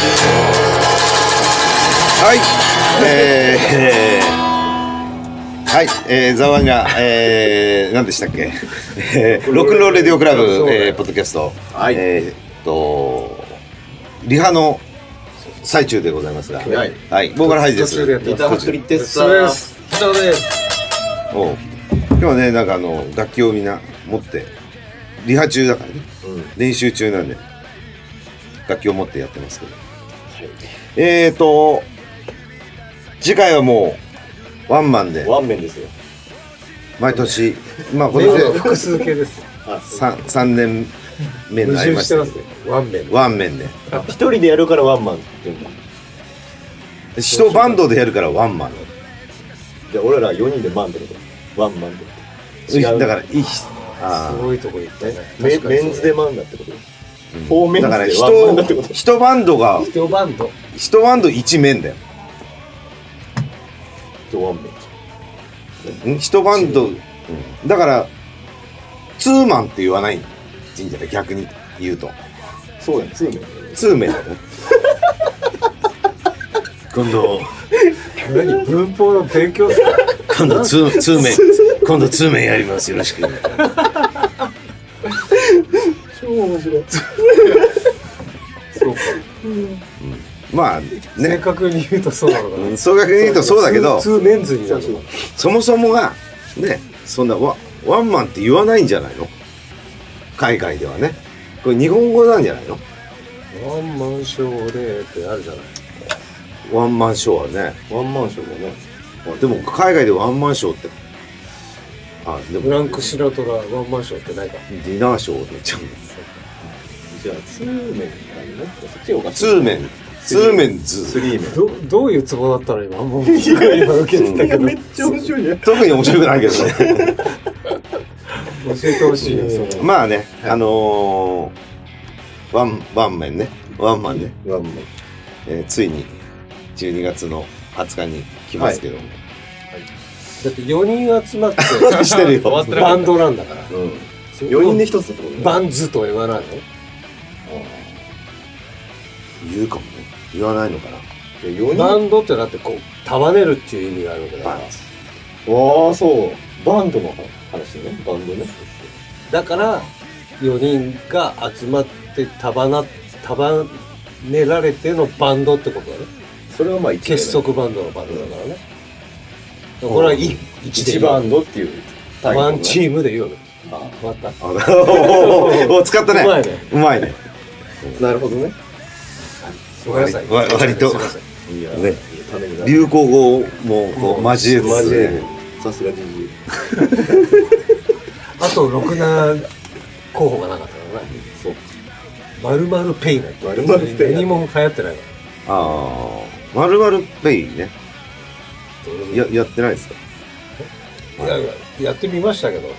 はい、はい、ザワンが、何でしたっけ、ロックンロールレディオクラブ、ポッドキャスト、はい、リハの最中でございますが、はい、はい、ボーカルハイジです。 ギター作りテスターです。ギターです。 今日はね、なんか楽器をみんな持って、リハ中だからね、練習中なんで、楽器を持ってやってますけど。はい、次回はもうワンマンで。 ワンメンですよ。 毎年、まあこれで複数形です。 3年目になりました。 ワンメン。 ワンメンで。 一人でやるからワンマンって言うんだ。 一バンドでやるからワンマン。 じゃあ俺ら4人でマンってこと。ワンマンで。 違う。だからすごいとこ行ったね。 メンズでマンだってこと。フォーメンズでワンマンだってこと。 一バンドが一バンド 1面だよ。 ワンメン。 一バンド、だからツーマンって言わないんじゃない、逆に言うと。 そうだよ、ツーメンだね。今度何文法の勉強すか。 今度ツーメンやります、よろしく。 超面白い。 そうか。 まあね、 正確に言うとそうなのかな。 正確に言うとそうだけど、 ツーメンズになる。 そもそもがね、そんなワンマンって言わないんじゃないの、海外ではね。これ日本語なんじゃないの。 ワンマンショーでってあるじゃない。 ワンマンショーはね。 ワンマンショーだね。 でも海外でワンマンショーって、 でもフランク・シナトラワンマンショーってないか。 ディナーショーでちゃうんです。 じゃあツーメンなんだね。そっちをツーメンズ、 スリーメン。 どういうツボだったら今もう今受けてたけど。 めっちゃ面白いね。 特に面白くないけどね。 教えてほしいよ。 まあね、ワンマンね。ついに12月の20日に来ますけども。 だって4人集まってしてるよ。 バンドなんだから。 4人で1つってことね。 バンズとは言わないの？ 言うかもね。言わないのかな。 バンドってだってこう束ねるっていう意味があるわけだから。 ああ、そう。バンドの話ね。バンドね。 だから4人が集まって束ねられてのバンドってことだね。 それはまあ結束バンドのバンドだからね。これは1 バンドっていうワンチームで言うの。また。 お使ったね。うまいね。 なるほどね。 割とね、流行語もこう交えつつ、 さすがじじい。 あとろくな候補がなかったからね。そう。〇〇ペイなんて何も流行ってないから。 〇〇ペイね。やってないですか。 やってみましたけど。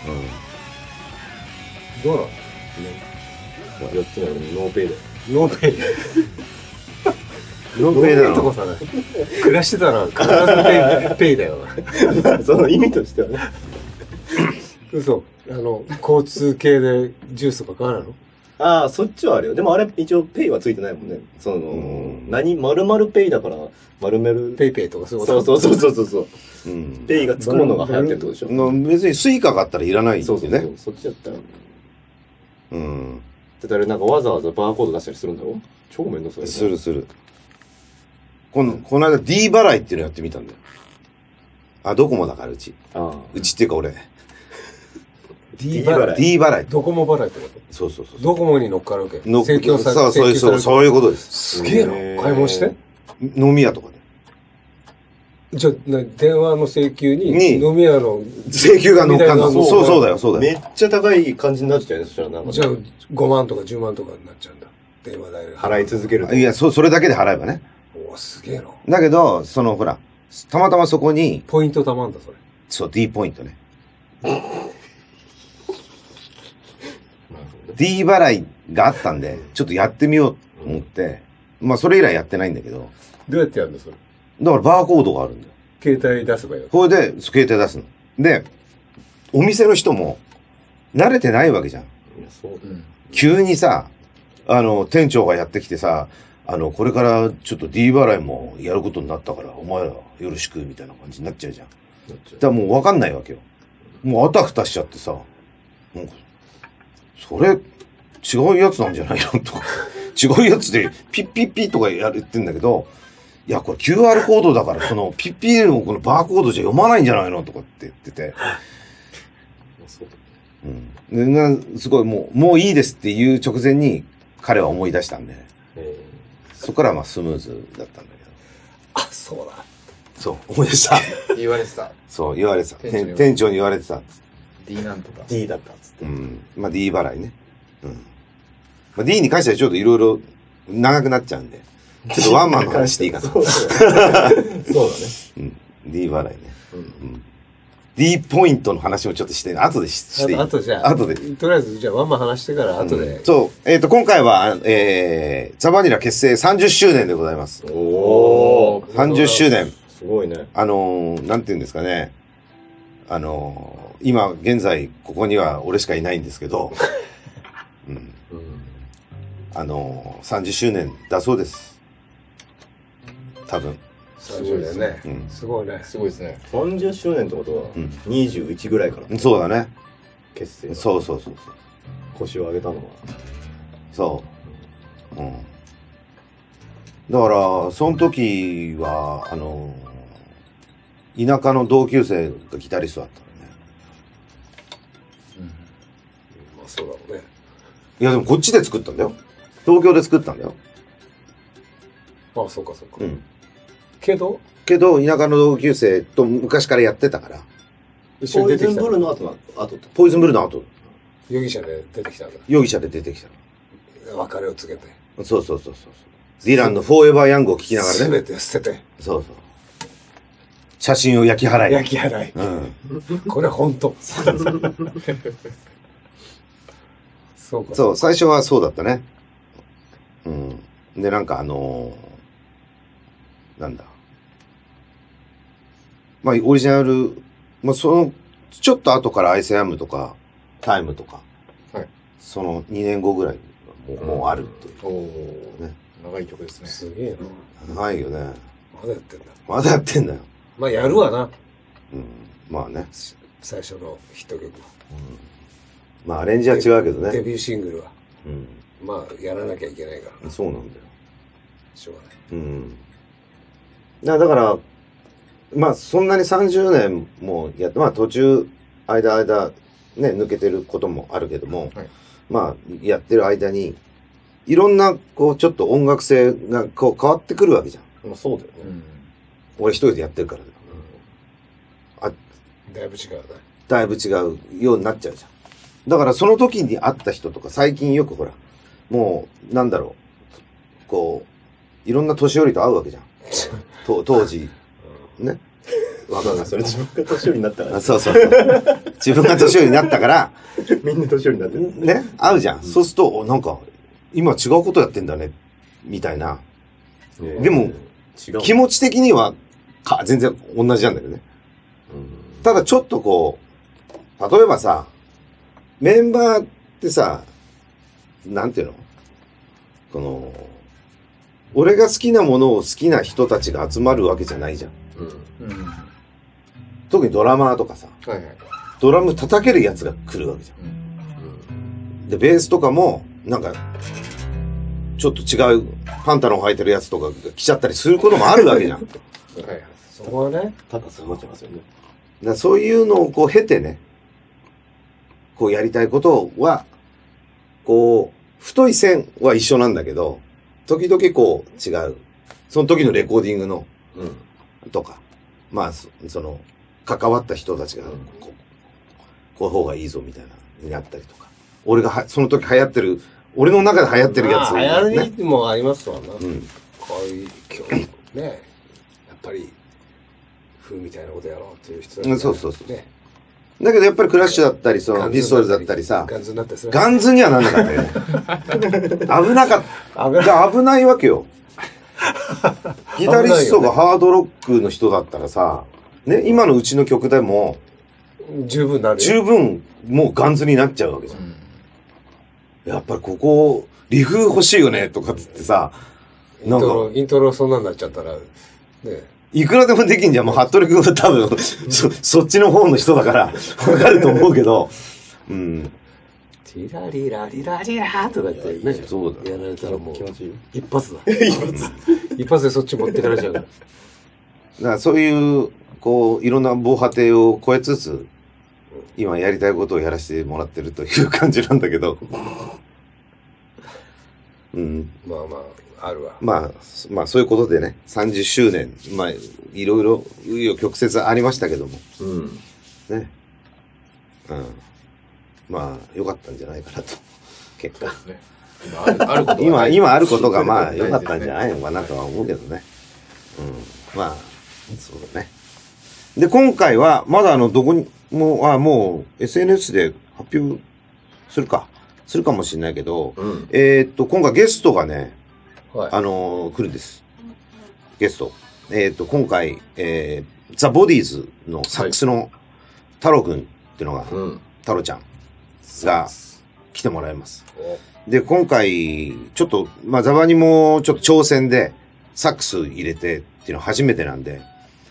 どうなの？ やってないのにノーペイだよ。 ノーペイ。 ノーペイだよ。 とこさね。暮らしてたら必ずペイだよな。その意味としてはね。 嘘。交通系でジュースとか買わないの？ ああ、そっちはあるよ。でもあれ一応ペイはついてないもんね。〇〇ペイだから〇〇 ペイペイとかそういうこと。 そう。ペイがつくものが流行ってるってことでしょ。 別にスイカがあったらいらないんですよね。 そっちだったら。だってあれなんかわざわざバーコード出したりするんだろ？超めんどくさい。 する。この間 D 払いっていうのやってみたんだよ。ドコモだからうちっていうか俺。 D 払い。ドコモ払いってこと？ そう。 ドコモに乗っかるわけ。 そういうことです。 すげえな。買い物して？ 飲み屋とかで。 じゃあ電話の請求に飲み屋の請求が乗っかんの。そうだよ。 めっちゃ高い感じになっちゃうよね。そしたらなんか。 じゃあ5万とか10万とかになっちゃうんだ。電話代払い続けると。 いや、それだけで払えばね。 おすげえな。 だけどほら、たまたまそこにポイントたまんだそれ。 そう D ポイントね。D 払いがあったんで、ちょっとやってみようと思って、まあそれ以来やってないんだけど。 どうやってやるのそれ？ だからバーコードがあるんだよ。 携帯出せばよ。 これで、携帯出すの。で、お店の人も慣れてないわけじゃん。急にさ、店長がやってきてさ、 これからちょっと D 払いもやることになったから、お前らよろしく、みたいな感じになっちゃうじゃん。だからもう分かんないわけよ。もうあたふたしちゃってさ、もう、それ、違うやつなんじゃないのとか、違うやつでピッピッピッとかやってんだけど、いや、これ QR コードだから、そのピッピッのこのバーコードじゃ読まないんじゃないのとかって言ってて。うん。すごいもういいですっていう直前に彼は思い出したんで、そこからまあスムーズだったんだけど。 あ、そうだ。 そう、思い出した。 言われてた。 そう、言われてた。店長に言われてた。 D なんとか。 D だったっつって。 うん。まあ D 払いね。うん。まあ D に関してはちょっといろいろ長くなっちゃうんで、ちょっとワンマンの話していいかな。 そうだね。 うん。D 払いね。うん。D ポイントの話もちょっとして後でしていい？ 後じゃあ。 後で。 とりあえず、じゃあワンマン話してから後で。 そう。今回は、ザ・バニラ結成30周年でございます。 おー。 30周年。 すごいね。 なんて言うんですかね。今、現在、ここには俺しかいないんですけど、うん。30周年だそうです。多分。 30年ね。 うん。 すごいね。 すごいですね。 30周年ってことは、 うん 21ぐらいからそうだね。 結成。 そうそうそうそう。 腰を上げたのは。 そう。うん。だから、その時は、田舎の同級生がギタリストだったのね。 まあそうだろうね。 いや、でもこっちで作ったんだよ。東京で作ったんだよ。 ああ、そうかそうか。 うん。 けど、 田舎の同級生と昔からやってたから。 一緒に出てきた。 ポイズンブルーの後と。 ポイズンブルーの後、 容疑者で出てきたんだ。 容疑者で出てきた別れを告げて。 の。そうそうそうそう。ディランのフォーエバーヤングを聞きながらね。 すべて捨てて。 そうそう。写真を焼き払い。 焼き払い。 うん。 これは本当。そうか。 そう、最初はそうだったね。うん。で、なんかなんだ。まあ、オリジナル、まあ、ちょっと後からアイスアムとか、タイムとか、 はい。 その2年後ぐらいもうあるっていう。 おお、 ね。 長い曲ですね。 すげえな。 ないよね。 まだやってんだ。 まだやってんだよ。 まあやるわな。 うん。まあね。 最初のヒット曲は。 まあ、アレンジは違うけどね。 デビューシングルは。 うん。 まあやらなきゃいけないからな。 そうなんだよ。 しょうがない。 うん。だから、まあ、そんなに30年もやって、まあ、途中、間、ね、抜けてることもあるけども、 はい。 まあ、やってる間に、いろんな、こう、ちょっと音楽性が、こう、変わってくるわけじゃん。 まあそうだよね。 俺一人でやってるからだよ。 だいぶ違うな。 だいぶ違うようになっちゃうじゃん。だから、その時に会った人とか、最近よくほら、もう、なんだろう、こう、いろんな年寄りと会うわけじゃん。当時、ね。 わかんない。それ自分が年寄りになったら。 そうそう。自分が年寄りになったから、 みんな年寄りになってる。 ね、会うじゃん。そうすると、なんか、今違うことやってんだね、みたいな。でも、気持ち的には、全然同じなんだけどね。ただちょっとこう、例えばさ、メンバーってさ、なんていうの？俺が好きなものを好きな人たちが集まるわけじゃないじゃん。特にドラマーとかさ、 はいはい。 ドラム叩けるやつが来るわけじゃん。で、ベースとかも、なんか、ちょっと違うパンタロン履いてるやつとかが来ちゃったりすることもあるわけじゃん。 はいはい。 そこはね。 高さ持っちゃいますよね。 だからそういうのをこう経てね、こうやりたいことは、こう、太い線は一緒なんだけど、時々こう違う。その時のレコーディングの、とか、まあ、関わった人たちが、こういう方がいいぞみたいな、になったりとか。俺がその時流行ってる、俺の中で流行ってるやつ、 まあ、流行りもありますわな。 うん。 こういう、今日、ね、やっぱり、風みたいなことやろうっていう人たちがそうそうそうね。 だけどやっぱりクラッシュだったり、ピストルズだったりさ、 ガンズになったりする。 ガンズにはなんなかったよね。危なかった。危ないわけよ。ギタリストがハードロックの人だったらさ、ね、今のうちの曲でも、 十分なる。 十分、もうガンズになっちゃうわけじゃん。やっぱりここ、リフ欲しいよね、とかつってさ、 なんかイントロそんなんなっちゃったら、ね。 いくらでもできんじゃん。もう、服部君は多分、そっちの方の人だから、わかると思うけど、うん。 ティラリラリラリラとか言ってね。 そうだ。 やられたらもう、 気持ちいい。 一発だ。一発でそっち持ってかれちゃうから。 だからそういう、こう、いろんな防波堤を越えつつ、今やりたいことをやらせてもらってるという感じなんだけど。うん。 まあまあ、あるわ。 まあそういうことでね、30周年、まあ、いろいろ、紆余曲折ありましたけども。 うん。 ね。うん。まあ、良かったんじゃないかなと。結果。 ね、今今あることがまあ良かったんじゃないのかなとは思うけどね。うん。まあ、そうだね。で、今回は、まだどこにも、もう SNS で発表するかもしれないけど、 うん、 今回ゲストがね、 はい、 来るんです。ゲスト。今回、ザ・ボディーズのサックスの太郎くんっていうのが、太郎ちゃんが来てもらいます。で、今回、ちょっと、まあ、ザバニもちょっと挑戦で、サックス入れてっていうのは初めてなんで、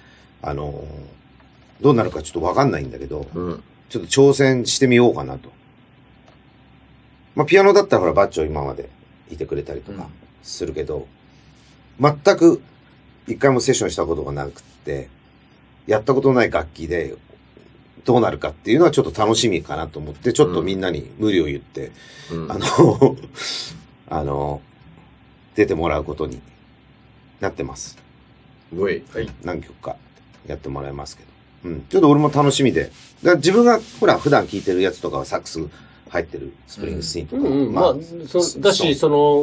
どうなるかちょっとわかんないんだけど、ちょっと挑戦してみようかなと。まあ、ピアノだったらほら、バッチョ今までいてくれたりとかするけど、全く一回もセッションしたことがなくって、やったことない楽器で、どうなるかっていうのはちょっと楽しみかなと思って、ちょっとみんなに無理を言って、出てもらうことになってます。 はい。 何曲かやってもらいますけど。うん。ちょっと俺も楽しみで。自分がほら普段聴いてるやつとかはサックス入ってるスプリングスティーンとか。 まあ、だし、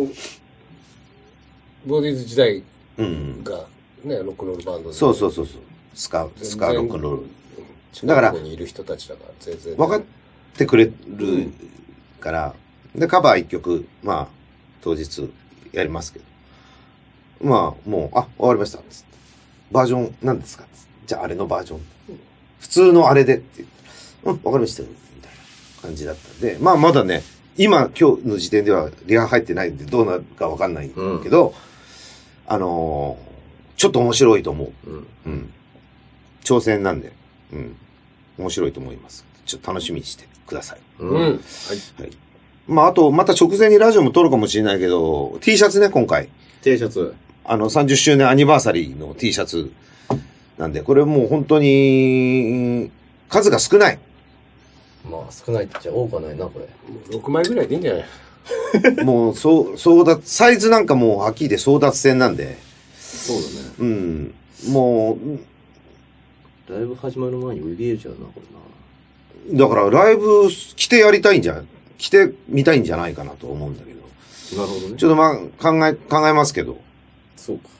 ボディーズ時代がね、ロックンロールバンドで。 そう。スカロックンロール。だから、 にいる人たちだから全然分かってくれるから、で、カバー一曲、まあ、当日やりますけど。まあ、もう、わかりました。つって。バージョン何ですか？じゃあ、あれのバージョン。普通のあれでって言って、わかりましたよ。みたいな感じだったんで、まあ、まだね、今日の時点ではリハ入ってないんで、どうなるかわかんないけど、ちょっと面白いと思う。挑戦なんで。面白いと思います。ちょっと楽しみにしてください。はい。まあ、あと、また直前にラジオも撮るかもしれないけど、T シャツね、今回。 T シャツ。 30周年アニバーサリーの T シャツなんで、これもう本当に、数が少ない。 まあ、少ないって言っちゃ多くはないな、これ。 6枚ぐらいでいいんじゃないもう、サイズなんかもう、はっきりで争奪戦なんで。 そうだね。 もう、 ライブ始まる前に売り切れちゃうな、これな。だからライブ来てやりたいんじゃん。来てみたいんじゃないかなと思うんだけど。 なるほどね。 ちょっとまあ、考えますけど。 そうか。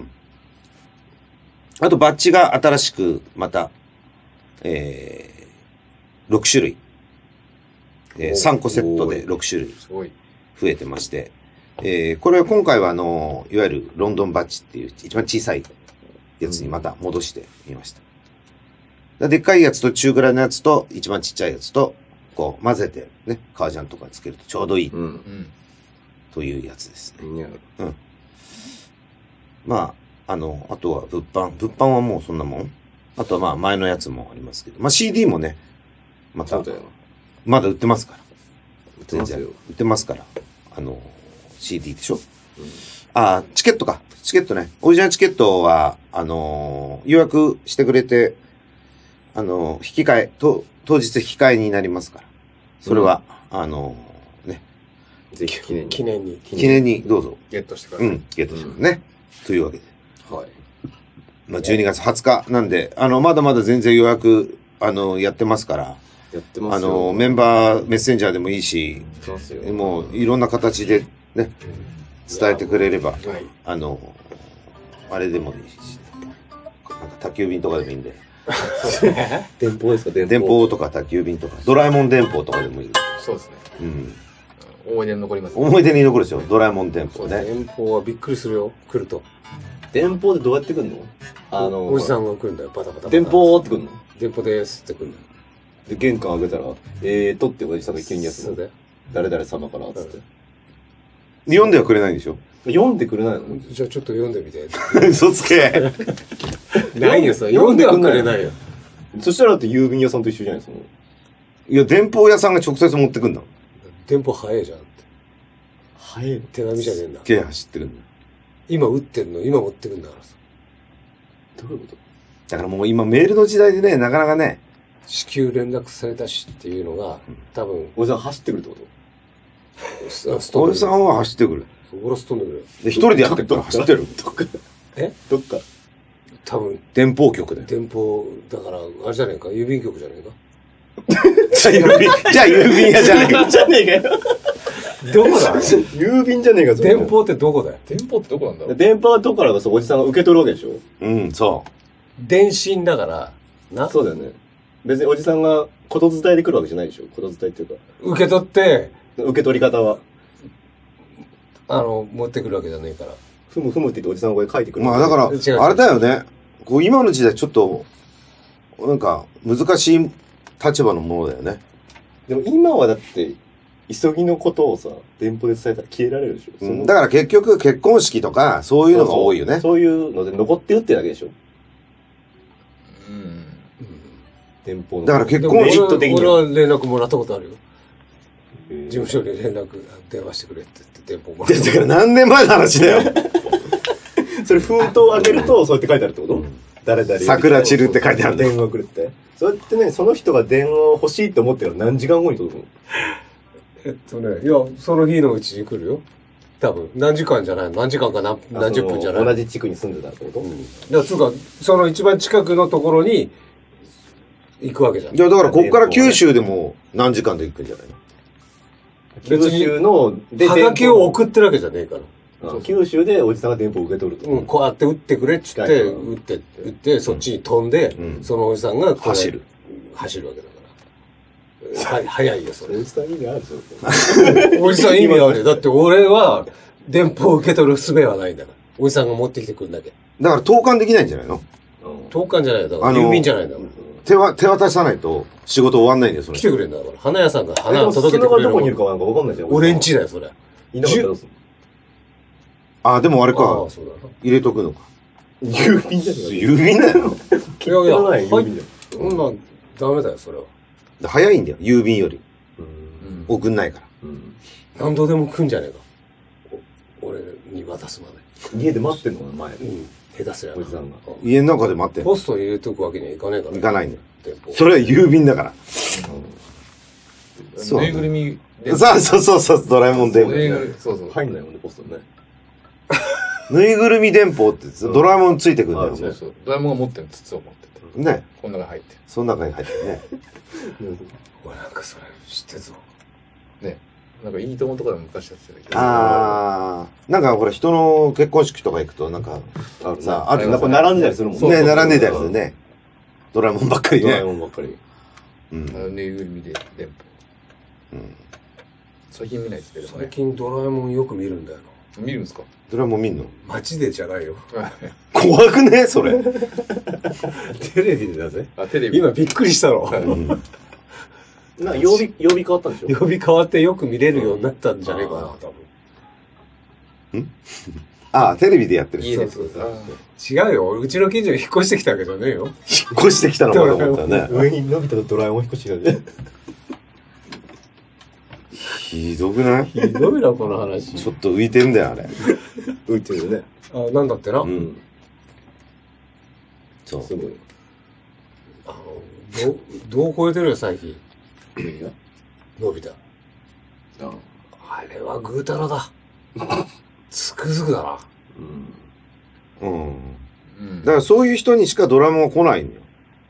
あとバッジが新しく、また、6種類。3個セットで6種類増えてまして。これは今回はいわゆるロンドンバッジっていう一番小さいやつにまた戻してみました。でっかいやつと中ぐらいのやつと一番ちっちゃいやつとこう混ぜてね、革ジャンとかつけるとちょうどいいというやつですね。まあ、あとは物販はもうそんなもん。あとはまあ前のやつもありますけど、まあ CD もね、また、まだ売ってますから。売ってますから。CD でしょ、チケットか。チケットね。オリジナルチケットは、予約してくれて、引き換え、当日引き換えになりますから。それは、ね。 ぜひ記念にどうぞ。 ゲットしてください。 ゲットしてくださいね。というわけで。 はい。 まあ、12月20日なんで、まだまだ全然予約、やってますから。 やってますよ。 メンバーメッセンジャーでもいいし、もういろんな形でね、伝えてくれれば、あれでもいいし、なんか宅急便とかでもいいんで。 電報ですか？ 電報とか宅急便とか、ドラえもん電報とかでもいい。 そうですね。思い出に残りますね。 思い出に残るですよ、ドラえもん電報ね。 電報はびっくりするよ、来ると。 電報でどうやって来るの？ おじさんが来るんだよ、バタバタ。 電報って来るの？ 電報ですって来るんだよ。 で、玄関開けたら、っておじさんが急にやつの。誰々様から、つって。 読んではくれないんでしょ？ 読んでくれないの？ じゃあちょっと読んでみて。 嘘つけ。 ないよ、読んではくれないよ。 そしたらだって郵便屋さんと一緒じゃないですか。 いや、電報屋さんが直接持ってくんだ。 電報早いじゃんって。 早い。 手紙じゃねえんだ。 ゲー走ってるんだ。 今打ってんの、今持ってくんだからさ。 どういうこと？ だからもう今メールの時代でね、なかなかね。 至急連絡されたしっていうのが、多分。 おじさん走ってくるってこと？ おじさんは走ってくる。 俺はすっ飛んでくる。 で、一人でやってったら走ってる。 どっか多分。 電報局で。 電報、だから、あれじゃねえか、郵便局じゃねえか。 じゃあ郵便屋じゃねえか。 じゃねえかよ。 どこだ郵便じゃねえか、それ電報ってどこだよ。 電報ってどこなんだろう。 電波はどこからかおじさんが受け取るわけでしょ？ うん、そ電信だから、な。 そうだよね。別におじさんがこと伝えで来るわけじゃないでしょ？こと伝えっていうか。 受け取って、 受け取り方は。 持ってくるわけじゃねえから。 ふむふむって言っておじさんの声書いてくう。 る。 まあだから、 違うあれだよね。こう今の時代ちょっと、なんか難しい立場のものだよね。 でも今はだって、急ぎのことをさ、電報で伝えたら消えられるでしょ？ だから結局結婚式とかそういうのが多いよね。 そういうので残ってるってだけでしょ？ うん。 電報の。 だから結婚式俺は連絡もらったことあるよ。事務所に連絡、電話してくれって言って電報もらった。 だから何年前の話だよ。 それ封筒を開けると、そうやって書いてあるってこと？誰々。 桜散るって書いてあるんだよ。 電話くれって。そうやってね、その人が電話を欲しいって思ってるから何時間後に届くの？ いや、その日のうちに来るよ。多分。何時間じゃないの？何時間か何十分じゃないの？ 同じ地区に住んでたってこと？ いや、つうか、その一番近くのところに行くわけじゃん。 いや、だからこっから九州でも何時間で行くんじゃないの？ 九州の、 で、はがきを送ってるわけじゃねえから。 九州でおじさんが電報を受け取ると。 こうやって打ってくれっつって、打って、そっちに飛んで、そのおじさんが走るわけだから。早いよ、それ。 おじさん意味あるでしょ？ おじさん意味あるよ。だって俺は、電報を受け取る術はないんだから。おじさんが持ってきてくるんだけ。 だから投函できないんじゃないの？ 投函じゃないよ。だから郵便じゃないんだから。 手渡さないと仕事終わんないんだよ、それ。 来てくれんだから。花屋さんが花を届けてくれる。 どこにいるかなんかわかんないじゃん。 俺んちだよ、それ。 いなかったらどうすんの？ あ、でもあれか。 そうだな。 入れとくのか。 郵便じゃねえ郵便だよ。 いやいや、 郵便じゃん。 そんなんダメだよ、それは。 早いんだよ、郵便より。送んないから。 何度でも来んじゃねえか。俺に渡すまで。家で待ってんのかな、前。 下手すりゃな。 家の中で待ってんの。 ポストに入れとくわけにはいかねえから。 行かないんだよ。それは郵便だから。 ぬいぐるみで。 そう、ドラえもん電報。 そうそう。 入んないもんね、ポストね。 ぬいぐるみ電報ってドラえもんついてくるんだよね。 そうそう。ドラえもんが持ってる筒を持ってて。 ね。 こんなのが入ってる。 その中に入ってるね。 俺なんかそれ知ってるぞ。 ね。なんかいいともとかでも昔やってたけど。 なんかほら人の結婚式とか行くとなんか、 あるなんか並んでたりするもんね。並んでたりするね。ドラえもんばっかりね。 ドラえもんばっかり。 ぬいぐるみで電報。最近見ないですけどね。 最近ドラえもんよく見るんだよな。 見るんですか？ ドラえもん見んの？ 街でじゃないよ。 怖くねそれ。 テレビでだぜ。 テレビ。 今びっくりしたの。 曜日変わったんでしょ？ 曜日変わってよく見れるようになったんじゃねえかな、多分。テレビでやってる。 違うよ。うちの近所に引っ越してきたわけじゃねえよ。 引っ越してきたのかと思ったね。 上に伸びたとドラえもん引っ越してきたね。 ひどくない？ ひどいな、この話。 ちょっと浮いてんだよ、あれ。 浮いてるよね。 なんだってな。 そう。 すごい。 どう超えてるよ、最近。伸びた。あれはぐうたらだ。つくづくだな。 だからそういう人にしかドラえもんは来ないんだよ。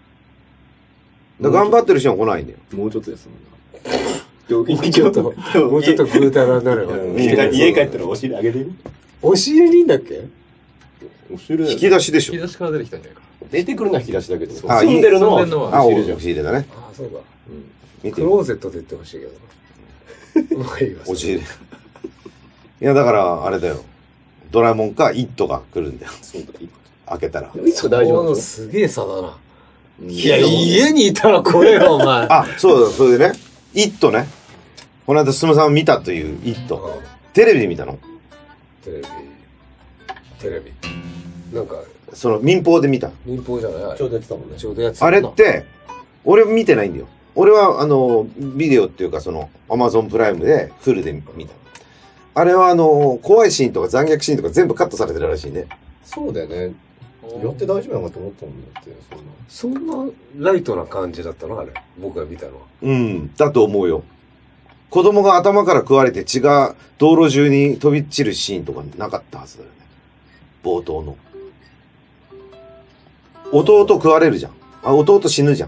頑張ってる人は来ないんだよ。 もうちょっとですもんな。 もうちょっとぐうたらになれば。 家帰ったらお尻あげてみ？ お尻にいいんだっけ？ 引き出しでしょ。 引き出しから出てきたんじゃないかな。 出てくるのは引き出しだけど。住んでるのはお尻だね。 そうか。クローゼットで言ってほしいけど。 お尻。いや、だから、あれだよ。ドラえもんか、イットが来るんだよ。開けたら。 イット大丈夫？ すげえ差だな。いや、家にいたら怖えよ、お前。 そうだ、それでね。イットね。この間、すむさん見たというイット。テレビで見たの？ テレビ。なんか、 その民放で見た。 民放じゃないちょうどやってたもんね。 ちょうどやってたあれって、俺見てないんだよ。俺はビデオっていうかアマゾンプライムでフルで見た。あれは怖いシーンとか残虐シーンとか全部カットされてるらしいね。 そうだよね。やって大丈夫なのかと思ったもんだって、 そんなライトな感じだったのあれ。僕が見たのは。 うん、だと思うよ。子供が頭から食われて血が道路中に飛び散るシーンとかなかったはずだよね。冒頭の。弟食われるじゃん。弟死ぬじゃん。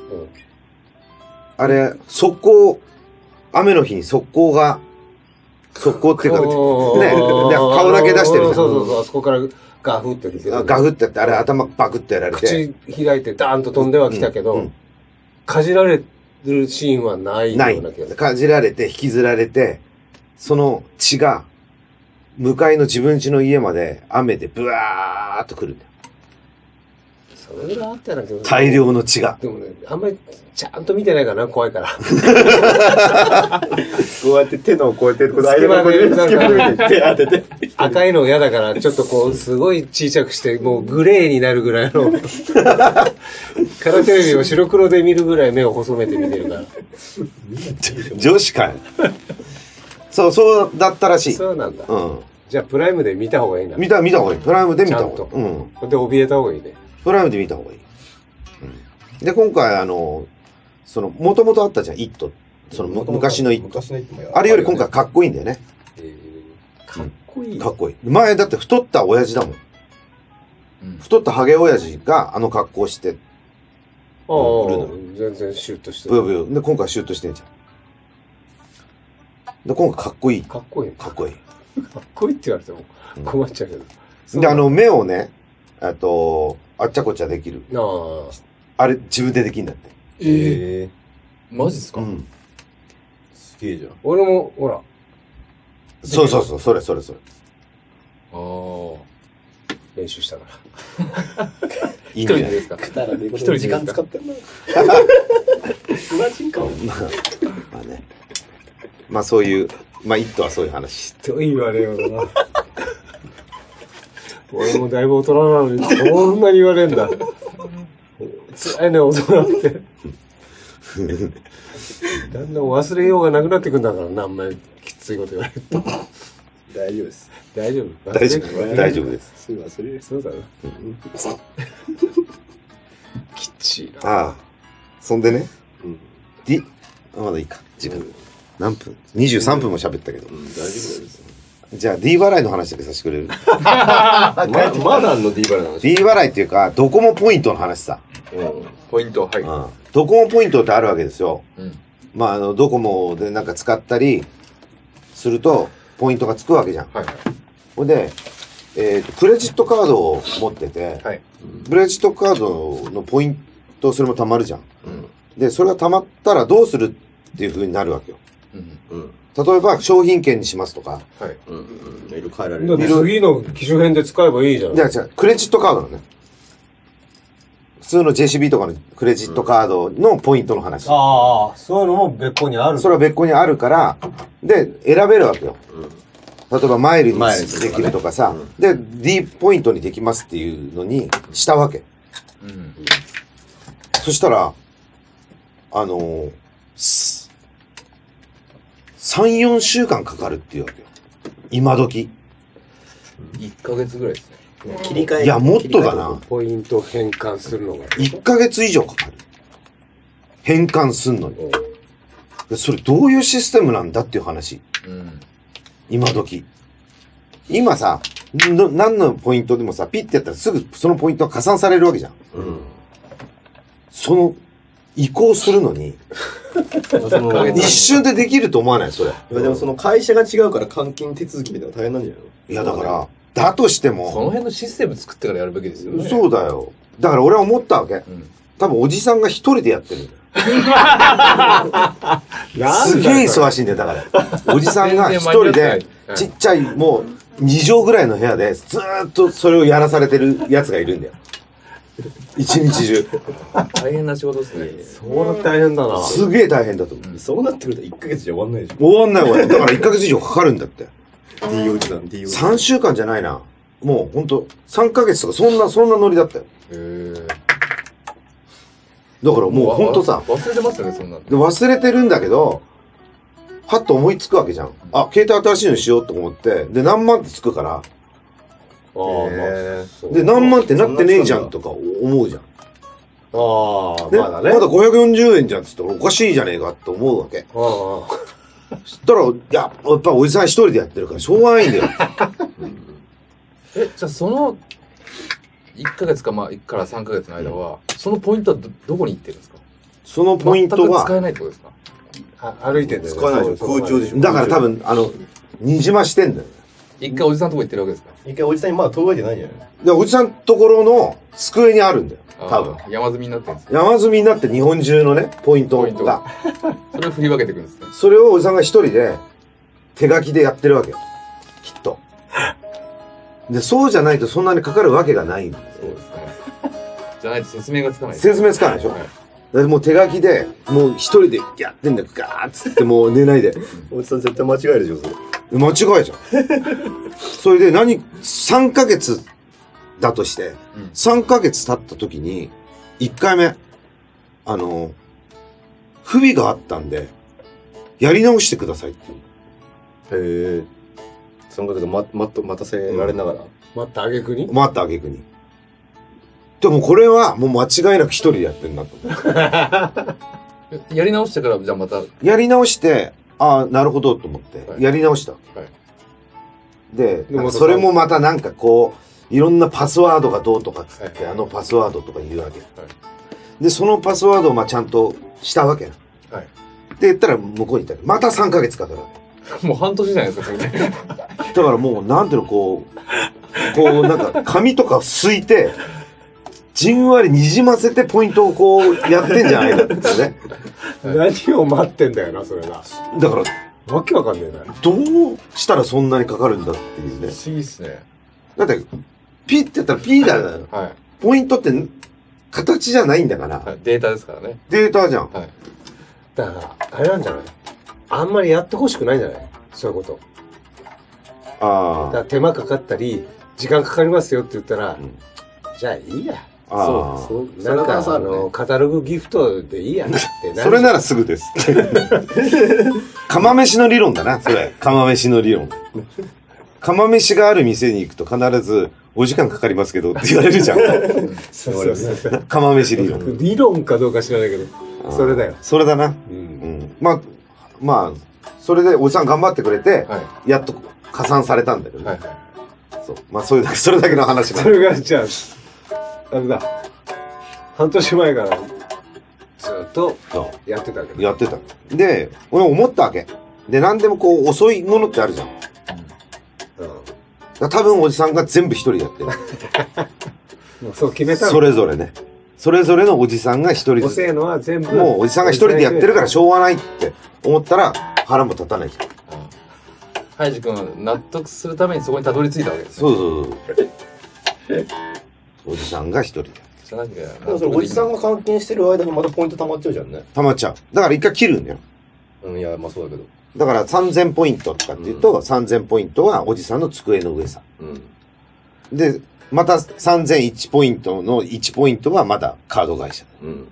あれ、速攻、雨の日に速攻っていうか、ね、顔だけ出してるじゃん。 そう、あそこからガフって出てる。 ガフってやって、あれ頭バクってやられて。 口開いてダーンと飛んでは来たけど、かじられるシーンはないような気がする。 かじられて、引きずられて、その血が、向かいの自分家の家まで雨でブワーっと来るんだよ。 それぐらいあったような気がする。 大量の血が。 でもね、あんまりちゃんと見てないからな、怖いから。 こうやって手のこうやって間の手当てて。 赤いの嫌だから、ちょっとこう、すごい小さくして、もうグレーになるぐらいの。カラーテレビを白黒で見るぐらい目を細めて見てるから。 女子かよ。そうだったらしい。 そうなんだ。 うん。 じゃあ、プライムで見た方がいいんだ。 見た方がいい。プライムで見た方がいい。うん。 で、怯えた方がいいね。 プライムで見た方がいい。うん。で、今回もともとあったじゃん、イット。昔のイット。あれより今回かっこいいんだよね。 かっこいい。 かっこいい。前だって太った親父だもん。太ったハゲ親父が格好して。 ああ、全然シュッとしてる。ブヨブヨ。で、今回シュッとしてんじゃん。で、今回かっこいい。 かっこいい。 かっこいい。 かっこいいって言われても困っちゃうけど。 で、目をね、あっちゃこっちゃできる。あれ、自分でできんだって。 マジっすか？ すげえじゃん。 俺も、ほら。 そう、それ。 ああ。 練習したから。 いいんじゃないですか？ 一人時間使ってんな。マジか。 まあね。まあそういう、まあイットはそういう話。 と言われようだな。俺もだいぶ大人なのに、そんなに言われんだ。辛いね、大人って。だんだん忘れようがなくなってくんだから、あんまりきついこと言われると。 大丈夫です。 大丈夫大丈夫です。 すぐ忘れる。 そうだな。きっちいな。 ああ。そんでね。まだいいか。時間。何分 ?23 分も喋ったけど。 大丈夫です。 じゃあ D 払いの話だけさせてくれるまだあんの D 払いの話。 D 払いっていうか、ドコモポイントの話さ。 ポイント、はい。 ドコモポイントってあるわけですよ。 うん。 まあ、ドコモでなんか使ったりすると、ポイントがつくわけじゃん。 はい。 ほんで、クレジットカードを持ってて、 はい。 クレジットカードのポイント、それも貯まるじゃん。 うん。 で、それが貯まったらどうするっていう風になるわけよ。 うん。 例えば、商品券にしますとか。 はい。 いろいろ変えられる。 次の機種編で使えばいいじゃん。 じゃあ、クレジットカードのね。普通の JCB とかのクレジットカードのポイントの話。 ああ、そういうのも別個にある。 それは別個にあるから、で、選べるわけよ。例えばマイルにできるとかさ、で、D ポイントにできますっていうのにしたわけ。そしたら、3、4週間かかるっていうわけよ。今時。 1ヶ月ぐらいですね。 切り替え。 いや、もっとだな。 ポイント変換するのが。 1ヶ月以上かかる。変換すんのに。それどういうシステムなんだっていう話。今時。今さ、何のポイントでもさ、ピッてやったらすぐそのポイントが加算されるわけじゃん。その、移行するのに、一瞬でできると思わないそれ。 いや、でもその会社が違うから換金手続きみたいなの大変なんじゃないの？ いや、だから、だとしても。 その辺のシステム作ってからやるべきですよね。 そうだよ。だから俺は思ったわけ。多分おじさんが一人でやってるんだよ。すげえ忙しいんだよ、だから。おじさんが一人で、ちっちゃい、もう、2畳ぐらいの部屋で、ずーっとそれをやらされてるやつがいるんだよ。一日中。 大変な仕事ですね。 そうなって大変だな。 すげえ大変だと思う。 そうなってくると1ヶ月じゃ終わんないでしょ。 終わんない。だから1ヶ月以上かかるんだって。 D おじさん、D おじさん。 3週間じゃないな。もうほんと、3ヶ月とかそんなノリだったよ。 へー。 だからもうほんとさ、 忘れてますよね、そんなん。 で忘れてるんだけど、はっと思いつくわけじゃん。あ、携帯新しいのしようと思って、で、何万ってつくから、 ああ、まあ、そう。 で、何万ってなってねえじゃんとか思うじゃん。 ああ、 ね、 まだね。 まだ540円じゃんっつったらおかしいじゃねえかって思うわけ。 ああ。 そしたら、やっぱおじさん一人でやってるからしょうがないんだよ。 じゃあその、1ヶ月か、まあ、1から3ヶ月の間は、そのポイントはどこに行ってるんですか？ そのポイント全く使えは、 ないってことですか？ 歩いてんだよね。 使わないでしょ、 そう空中でしょ。 だから多分、にじましてんだよ。 一回おじさんのとこ行ってるわけですか？ 一回おじさんにまだ届いてないんじゃない？ で、おじさんところの机にあるんだよ。多分。 あー山積みになってるんですか？ 山積みになって日本中のね、ポイントポイントが。 それを振り分けていくんですね。 それをおじさんが一人で手書きでやってるわけよ。きっと。で、そうじゃないとそんなにかかるわけがないんだよ。 そうですね。じゃないと説明がつかない。 説明つかないでしょ。 はいでもう手書きで、もう一人でやってんだよ、ガーッつってもう寝ないで。 おじさん絶対間違えるでしょ、それ。 間違いじゃん。それで3ヶ月だとして、 うん 3ヶ月経った時に、1回目、不備があったんで、やり直してくださいっていう。 へえ。3ヶ月待たせられながら。 待った挙句に待った挙句に。でもこれはもう間違いなく一人でやってるなと思って。 やり直してから、じゃあまた、 やり直して、ああ、なるほどと思って、 はいやり直した。で、 でもそれもまたなんかこう、いろんなパスワードがどうとかっつって、 はいあのパスワードとか言うわけ。で、そのパスワードをまあちゃんとしたわけな。 はいって言ったら向こうに行ったら、また3ヶ月かかるわけ。 もう半年じゃないですか、それね。 だからもう、なんていうの、こうなんか紙とかすいて、じんわりにじませてポイントをこうやってんじゃないかってね。 何を待ってんだよな、それな。 だから、 わけわかんねえな。 どうしたらそんなにかかるんだっていうね。 不思議っすね。 だって、ピッてやったらピーだよ。 はい。 ポイントって形じゃないんだから、 はいデータですからね。 データじゃん。 はい。 だから、あれなんじゃないあんまりやってほしくないんじゃないそういうこと。だあから手間かかったり、時間かかりますよって言ったら、 んじゃあいいや。 あ。ああ。 そう、なんかカタログギフトでいいやなってなる。 それならすぐですって。釜飯の理論だな、それ。釜飯の理論。釜飯がある店に行くと必ず5時間かかりますけどって言われるじゃん。 そうそうそう釜飯理論。 理論かどうか知らないけど、それだよ。 それだな。 う。 うんん。まあ、それでおじさん頑張ってくれて、 はやっと加算されたんだけどい。 ね。 はい。 そう。まあ、それだけの話それが、じゃあ、あれだ。半年前からずっとそうやってたけど。 やってた。で、俺思ったわけ。で、何でもこう、遅いものってあるじゃん。 うんだから多分おじさんが全部一人でやってる。 もうそう決めたの。 それぞれね。それぞれのおじさんが一人ずつ。 遅いのは全部。 もうおじさんが一人でやってるからしょうがないって思ったら腹も立たないじゃん。 ハイジ君は納得するためにそこにたどり着いたわけですね。 そうそうそう。おじさんが一人で。 じゃなきゃでもそれおじさんが換金してる間にまたポイント溜まっちゃうじゃんね。 たまっちゃう。だから一回切るんだよ。 うん、いや、まあそうだけど。 だから3000ポイントとかって言うと、3000ポイントはおじさんの机の上さ。 うん。 で、また3001ポイントの1ポイントはまだカード会社。 うん。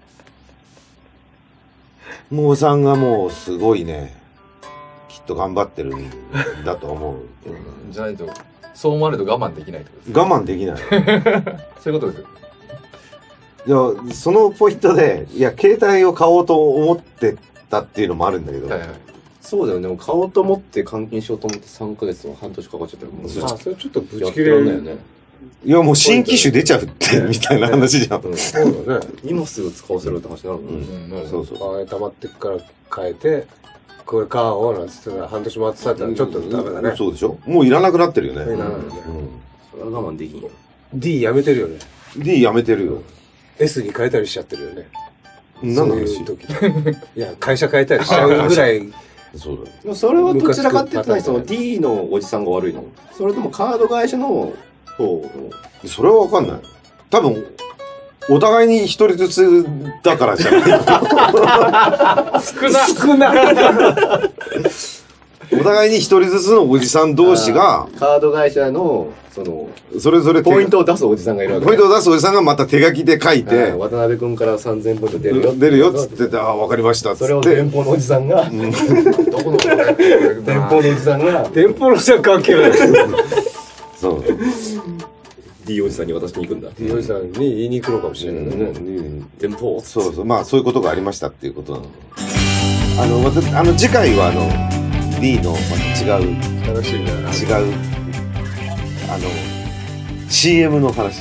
もうおじさんがもうすごいね、きっと頑張ってるんだと思う。 じゃないと、そう思われると我慢できないってことです。 我慢できない。 そういうことですよ。 いや、そのポイントで、いや、携帯を買おうと思ってたっていうのもあるんだけど、 はいはい。 そうだよね。でも買おうと思って換金しようと思って3ヶ月とか半年かかっちゃったらもうあ、それちょっとぶやってち切れるらんないよね。 いや、もう新機種出ちゃうって、みたいな話じゃん。 うん。 そうだね。 今すぐ使わせろって話になるもんね。 うん、なるほど。 そうそう。 あれ溜まってっから変えて、これ買おうなんつってたら半年待ってたったらちょっとダメだね。 そうでしょもういらなくなってるよね。 いらないよねそれは我慢できんよ。 D やめてるよね。 D やめてるよ。 S に変えたりしちゃってるよね。 何の話そういう時。いや、会社変えたりしちゃうぐらい。 そうだよ。 でもそれはどちらかって言ったらその昔 D のおじさんが悪いの？それともカード会社の方の？ それはわかんない。多分、お互いに一人ずつだからじゃない。 少なお互いに一人ずつのおじさん同士が、 カード会社の、 それぞれポイントを出すおじさんがいるわけ。 ポイントを出すおじさんがまた手書きで書いて、 渡辺君から3000ポイント出るよ。 出るよっつってて、ああ、わかりましたっつって。 それを電報のおじさんが、 どこの電電報のおじさんが、 電報の人は関係ない。 そう。 D おじさんに渡しに行くんだ。 D おじさんに言いに行くのかもしれないね。 電報。 そうそう。まあ、そういうことがありましたっていうことなの。次回はD のまた違う、 楽しみだな。 違う、CM の話。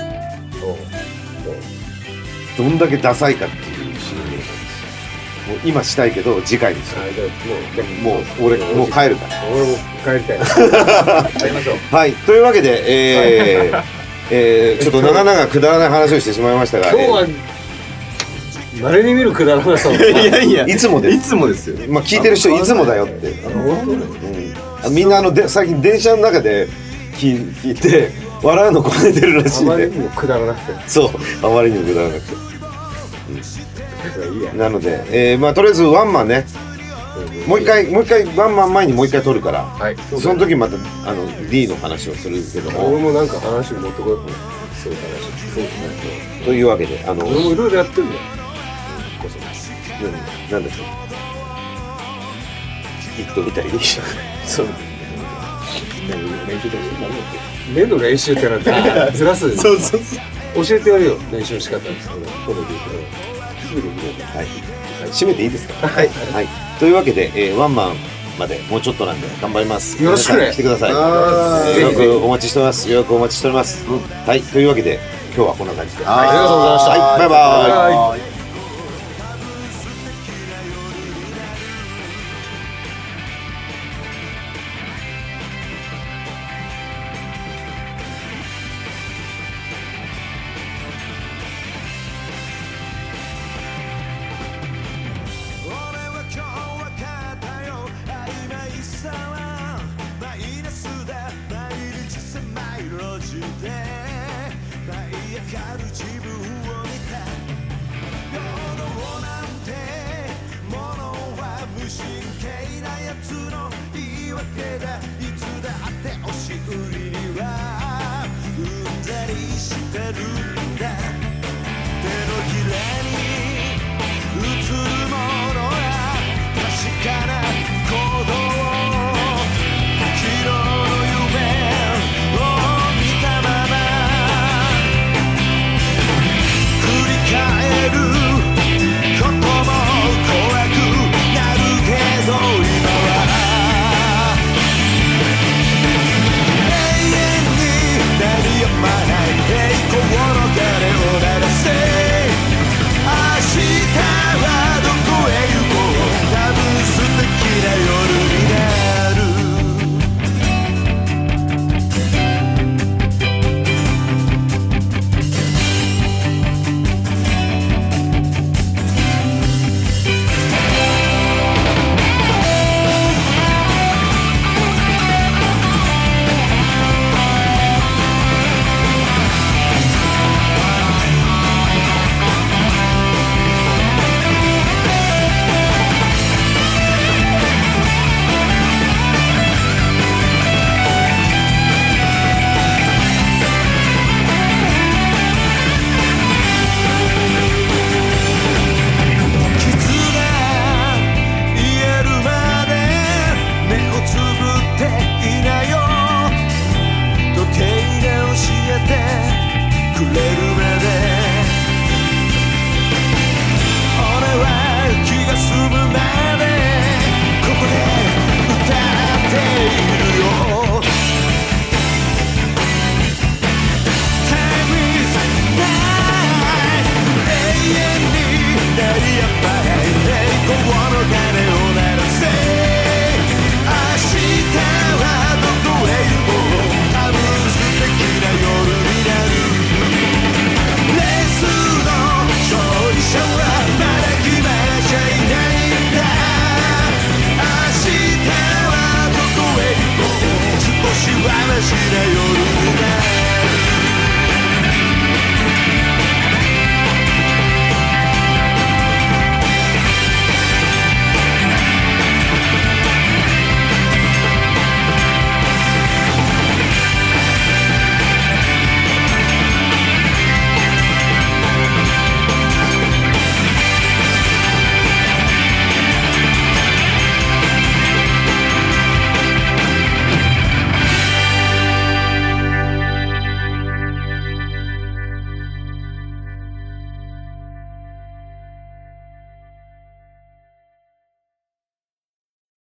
どんだけダサいかっていう CM の話。もう今したいけど、次回にしたい。もう俺、もう帰るから。 俺も帰りたい。 帰りましょう。 はい。というわけで、ちょっと長々くだらない話をしてしまいましたが、 今日は、稀に見るくだらなさを。 いやいや、 いつもでいつもですよ。 まあ聞いてる人いつもだよって。みんな最近電車の中で聞いて笑うのこねてるらしいね。 あまりにもくだらなくて。 そう、あまりにもくだらなくて。なので、まあとりあえずワンマンね。もう一回ワンマン前にもう一回撮るから、 はい。 その時またD の話をするけども。 俺もなんか話持ってこようと思って。そういう話。そうですね。 というわけで俺もいろいろやってんだよ。 なんだっけ。ヒットみたいに。 そう。目の練習ってなんだ。ずらす。 そうそう。 教えてやるよ。練習の仕方です。 はい。締めていいですか。はい。はい。というわけで、ワンマンまでもうちょっとなんで頑張ります。 よろしくね。 来てください。予約お待ちしております。予約お待ちしております。はい。というわけで今日はこんな感じで。 ありがとうございました。 はい。バイバイ。 自分を見た平等なんてものは無神経なやつの言い訳だいつだって押し売りにはうんざりしてるんだ